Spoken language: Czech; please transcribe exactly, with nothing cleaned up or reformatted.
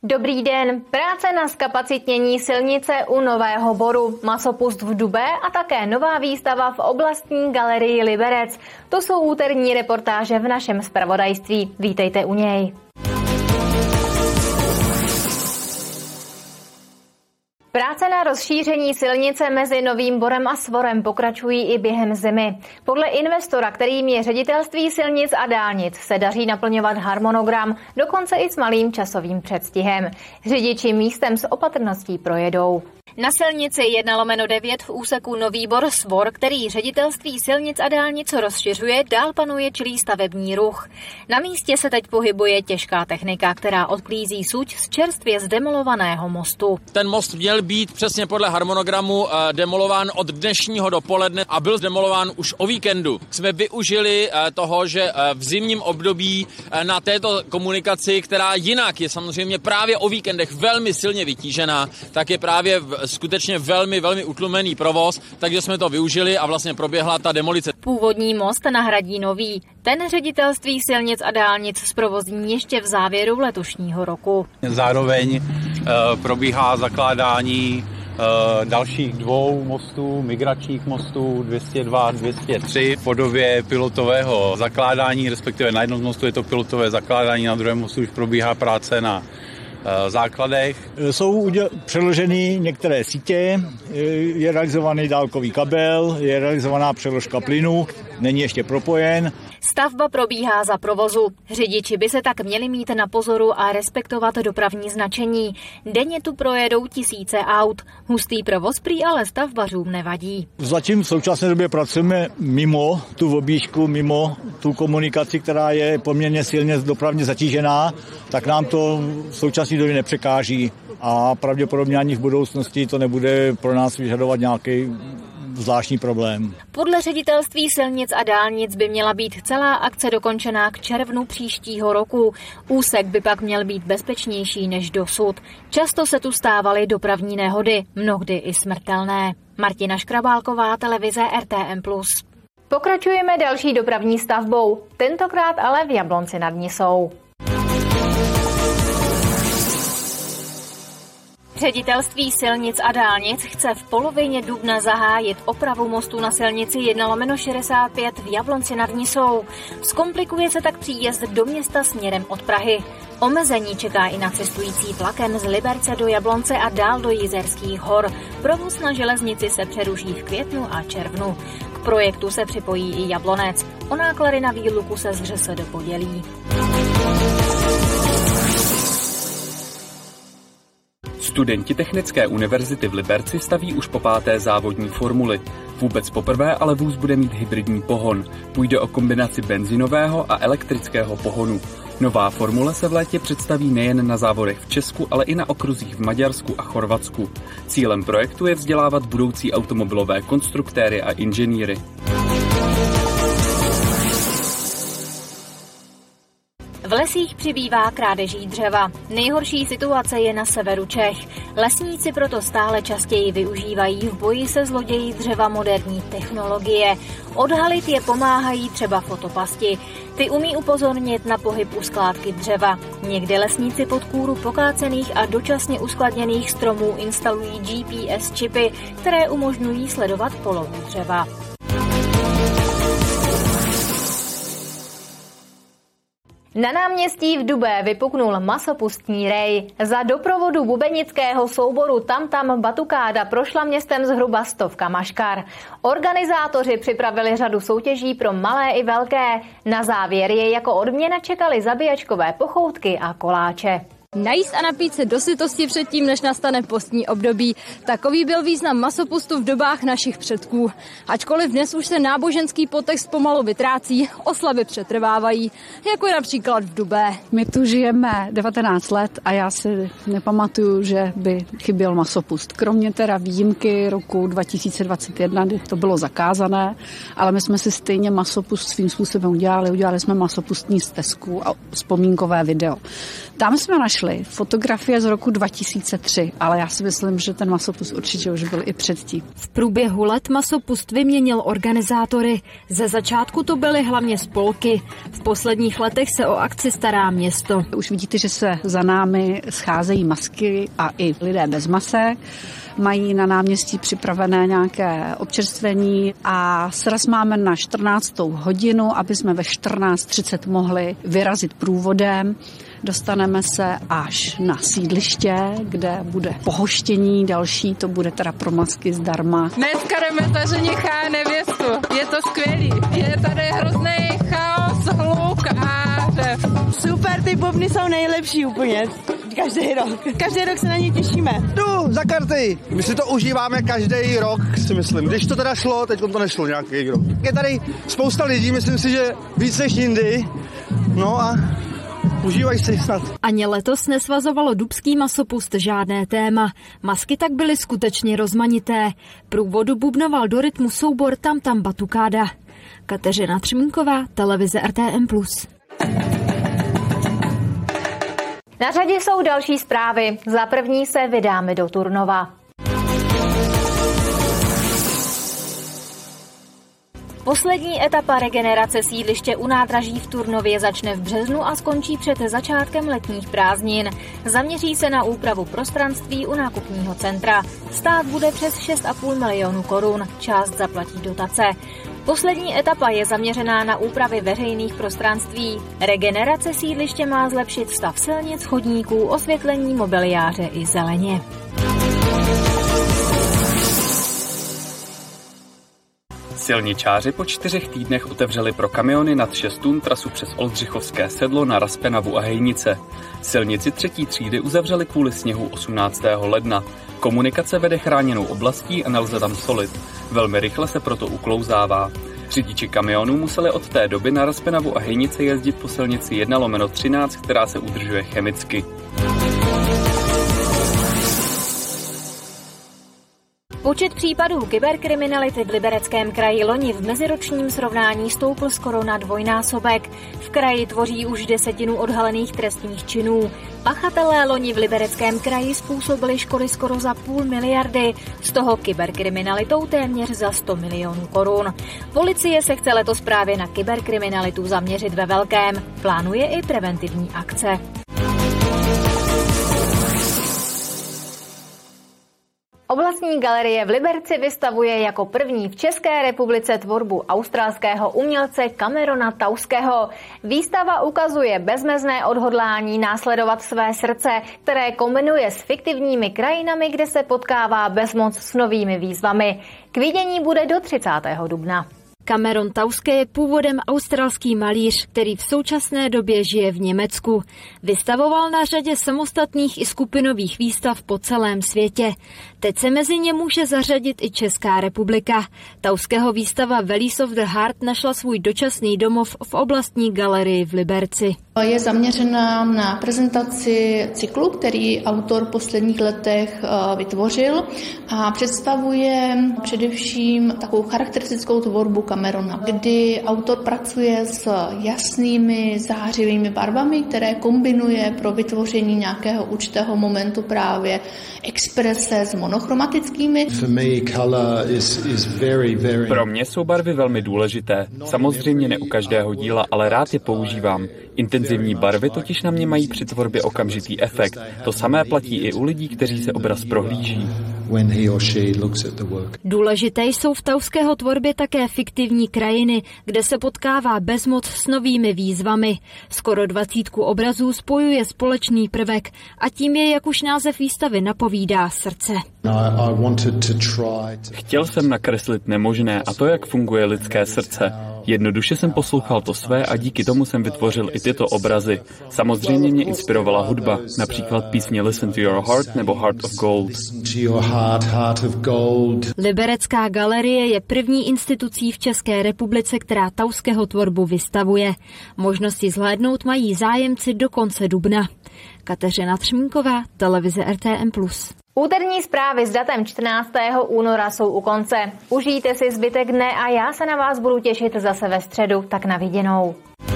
Dobrý den. Práce na zkapacitnění silnice u Nového Boru, masopust v Dubé a také nová výstava v oblastní galerii Liberec. To jsou úterní reportáže v našem zpravodajství. Vítejte u něj. Práce na rozšíření silnice mezi Novým Borem a Svorem pokračují i během zimy. Podle investora, kterým je Ředitelství silnic a dálnic, se daří naplňovat harmonogram, dokonce i s malým časovým předstihem. Řidiči místem s opatrností projedou. Na silnici jedna lomeno devět v úseku Nový Bor Svor, který Ředitelství silnic a dálnic rozšiřuje, dál panuje čilý stavební ruch. Na místě se teď pohybuje těžká technika, která odklízí suť z čerstvě zdemolovaného mostu. Ten most měl být přesně podle harmonogramu demolován od dnešního dopoledne a byl zdemolován už o víkendu. Jsme využili toho, že v zimním období na této komunikaci, která jinak je samozřejmě právě o víkendech velmi silně vytížená, tak je právě skutečně velmi, velmi utlumený provoz, takže jsme to využili a vlastně proběhla ta demolice. Původní most nahradí nový. Ten Ředitelství silnic a dálnic zprovozní ještě v závěru letošního roku. Zároveň e, probíhá zakládání e, dalších dvou mostů, migračních mostů dvě stě dva, dvě stě tři v podobě pilotového zakládání, respektive na jednom mostu je to pilotové zakládání, na druhém mostu už probíhá práce na základech. Jsou přeloženy některé sítě, je realizovaný dálkový kabel, je realizovaná přeložka plynu, není ještě propojen. Stavba probíhá za provozu. Řidiči by se tak měli mít na pozoru a respektovat dopravní značení. Denně tu projedou tisíce aut. Hustý provoz prý ale stavbařům nevadí. Zatím v současné době pracujeme mimo tu objížďku, mimo tu komunikaci, která je poměrně silně dopravně zatížená, tak nám to v současné době nepřekáží a pravděpodobně ani v budoucnosti to nebude pro nás vyžadovat nějaký zvláštní problém. Podle Ředitelství silnic a dálnic by měla být celá akce dokončená k červnu příštího roku. Úsek by pak měl být bezpečnější než dosud. Často se tu stávaly dopravní nehody, mnohdy i smrtelné. Martina Škrabálková, televize R T M plus. Pokračujeme další dopravní stavbou, tentokrát ale v Jablonci nad Nisou. Ředitelství silnic a dálnic chce v polovině dubna zahájit opravu mostu na silnici jedna lomeno šedesát pět v Jablonci nad Nisou. Zkomplikuje se tak příjezd do města směrem od Prahy. Omezení čeká i na cestující vlakem z Liberce do Jablonce a dál do Jizerských hor. Provoz na železnici se přeruší v květnu a červnu. K projektu se připojí i Jablonec. O náklady na výluku se z ŘSD podělí. Studenti Technické univerzity v Liberci staví už po páté závodní formuli. Vůbec poprvé ale vůz bude mít hybridní pohon. Půjde o kombinaci benzinového a elektrického pohonu. Nová formule se v létě představí nejen na závodech v Česku, ale i na okruzích v Maďarsku a Chorvatsku. Cílem projektu je vzdělávat budoucí automobilové konstruktéry a inženýry. V lesích přibývá krádeží dřeva. Nejhorší situace je na severu Čech. Lesníci proto stále častěji využívají v boji se zloději dřeva moderní technologie. Odhalit je pomáhají třeba fotopasti. Ty umí upozornit na pohyb u skládky dřeva. Někde lesníci pod kůru pokácených a dočasně uskladněných stromů instalují G P S čipy, které umožňují sledovat polohu dřeva. Na náměstí v Dubé vypuknul masopustní rej. Za doprovodu bubenického souboru Tam Tam Batukáda prošla městem zhruba stovka maškar. Organizátoři připravili řadu soutěží pro malé i velké. Na závěr je jako odměna čekali zabíjačkové pochoutky a koláče. Najíst a napít se do sytosti předtím, než nastane postní období. Takový byl význam masopustu v dobách našich předků. Ačkoliv dnes už se náboženský podtext pomalu vytrácí, oslavy přetrvávají, jako je například v Dubé. My tu žijeme devatenáct let a já si nepamatuju, že by chyběl masopust. Kromě teda výjimky roku dva tisíce dvacet jedna, kdy to bylo zakázané, ale my jsme si stejně masopust svým způsobem udělali. Udělali jsme masopustní stezku a vzpomínkové video. Tam jsme našli vyšly fotografie z roku dva tisíce tři, ale já si myslím, že ten masopust určitě už byl i předtím. V průběhu let masopust vyměnil organizátory. Ze začátku to byly hlavně spolky. V posledních letech se o akci stará město. Už vidíte, že se za námi scházejí masky a i lidé bez masek. Mají na náměstí připravené nějaké občerstvení a sraz máme na čtrnáctou hodinu, aby jsme ve čtrnáct třicet mohli vyrazit průvodem. Dostaneme se až na sídliště, kde bude pohoštění další, to bude teda pro masky zdarma. Dneska jdeme za ženicha a nevěstu. Je to skvělý. Je tady hrozný chaos, hluk a řev. Super, ty bobny jsou nejlepší úplně. Každý rok. Každý rok se na ně těšíme. Jdu za karty. My si to užíváme každý rok, si myslím. Když to teda šlo, teď to nešlo nějaký rok. Je tady spousta lidí, myslím si, že víc než jindy. No a užívají si snad. Ani letos nesvazovalo dubský masopust žádné téma. Masky tak byly skutečně rozmanité. Průvodu bubnoval do rytmu soubor Tam Tam Batukáda. Kateřina Třmínková, televize R T M plus. Na řadě jsou další zprávy. Za první se vydáme do Turnova. Poslední etapa regenerace sídliště u nádraží v Turnově začne v březnu a skončí před začátkem letních prázdnin. Zaměří se na úpravu prostranství u nákupního centra. Stát bude přes šest a půl milionu korun. Část zaplatí dotace. Poslední etapa je zaměřená na úpravy veřejných prostranství. Regenerace sídliště má zlepšit stav silnic, chodníků, osvětlení, mobiliáře i zeleně. Silničáři po čtyřech týdnech otevřeli pro kamiony nad šest tun trasu přes Oldřichovské sedlo na Raspenavu a Hejnice. Silnici třetí třídy uzavřeli kvůli sněhu osmnáctého ledna. Komunikace vede chráněnou oblastí a nelze tam solit. Velmi rychle se proto uklouzává. Řidiči kamionů museli od té doby na Raspenavu a Hejnice jezdit po silnici jedna lomeno třináct, která se udržuje chemicky. Počet případů kyberkriminality v Libereckém kraji loni v meziročním srovnání stoupl skoro na dvojnásobek. V kraji tvoří už desetinu odhalených trestných činů. Pachatelé loni v Libereckém kraji způsobili škody skoro za půl miliardy, z toho kyberkriminalitou téměř za sto milionů korun. Policie se chce letos právě na kyberkriminalitu zaměřit ve velkém. Plánuje i preventivní akce. Oblastní galerie v Liberci vystavuje jako první v České republice tvorbu australského umělce Camerona Tauského. Výstava ukazuje bezmezné odhodlání následovat své srdce, které kombinuje s fiktivními krajinami, kde se potkává bezmoc s novými výzvami. K vidění bude do třicátého dubna. Cameron Tauske je původem australský malíř, který v současné době žije v Německu. Vystavoval na řadě samostatných i skupinových výstav po celém světě. Teď se mezi ně může zařadit i Česká republika. Tauskeho výstava Valleys of the Heart našla svůj dočasný domov v oblastní galerii v Liberci. Je zaměřená na prezentaci cyklu, který autor v posledních letech vytvořil a představuje především takovou charakteristickou tvorbu Camerona, kdy autor pracuje s jasnými zářivými barvami, které kombinuje pro vytvoření nějakého určitého momentu právě exprese s monochromatickými. Pro mě jsou barvy velmi důležité. Samozřejmě ne u každého díla, ale rád je používám. Intenzivní barvy totiž na mě mají při tvorbě okamžitý efekt. To samé platí i u lidí, kteří se obraz prohlíží. Důležité jsou v Tauského tvorbě také fiktivní krajiny, kde se potkává bezmoc s novými výzvami. Skoro dvacítku obrazů spojuje společný prvek a tím je, jak už název výstavy napovídá, srdce. Chtěl jsem nakreslit nemožné a to, jak funguje lidské srdce. Jednoduše jsem poslouchal to své a díky tomu jsem vytvořil i tyto obrazy. Samozřejmě mě inspirovala hudba, například písně Listen to Your Heart nebo Heart of Gold. Liberecká galerie je první institucí v České republice, která Tauského tvorbu vystavuje. Možnosti zhlédnout mají zájemci do konce dubna. Kateřina Třmínková, televize R T M plus. Úterní zprávy s datem čtrnáctého února jsou u konce. Užijte si zbytek dne a já se na vás budu těšit zase ve středu, tak na viděnou.